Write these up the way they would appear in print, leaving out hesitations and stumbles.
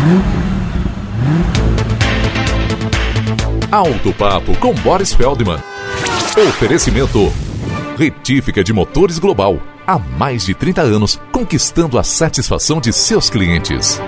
Alto Papo com Boris Feldman. Oferecimento: Retífica de Motores Global. Há mais de 30 anos, conquistando a satisfação de seus clientes.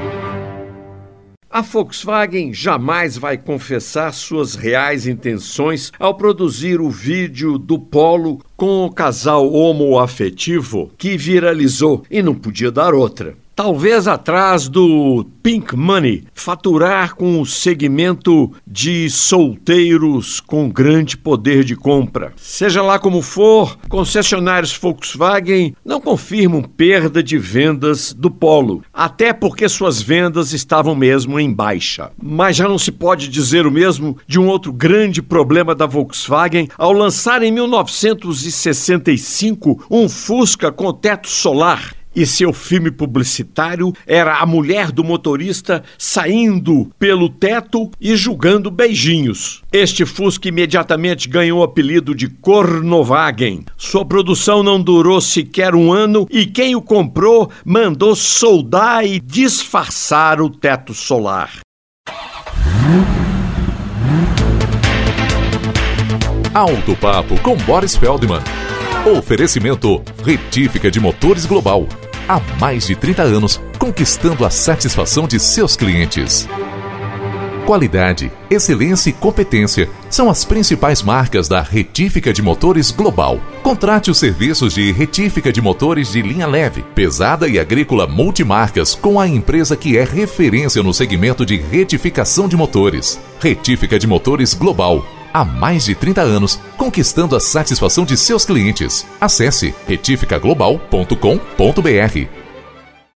A Volkswagen jamais vai confessar suas reais intenções ao produzir o vídeo do Polo com o casal homoafetivo que viralizou e não podia dar outra. Talvez atrás do Pink Money, faturar com o segmento de solteiros com grande poder de compra. Seja lá como for, concessionários Volkswagen não confirmam perda de vendas do Polo, até porque suas vendas estavam mesmo em baixa. Mas já não se pode dizer o mesmo de um outro grande problema da Volkswagen ao lançar em 1965 um Fusca com teto solar. E seu filme publicitário era a mulher do motorista saindo pelo teto e jogando beijinhos. Este Fusca imediatamente ganhou o apelido de Cornovagen. Sua produção não durou sequer um ano e quem o comprou mandou soldar e disfarçar o teto solar. Alto Papo com Boris Feldman. Oferecimento: Retífica de Motores Global. Há mais de 30 anos, conquistando a satisfação de seus clientes. Qualidade, excelência e competência são as principais marcas da Retífica de Motores Global. Contrate os serviços de retífica de motores de linha leve, pesada e agrícola multimarcas com a empresa que é referência no segmento de retificação de motores. Retífica de Motores Global. Há mais de 30 anos, conquistando a satisfação de seus clientes. Acesse retificaglobal.com.br.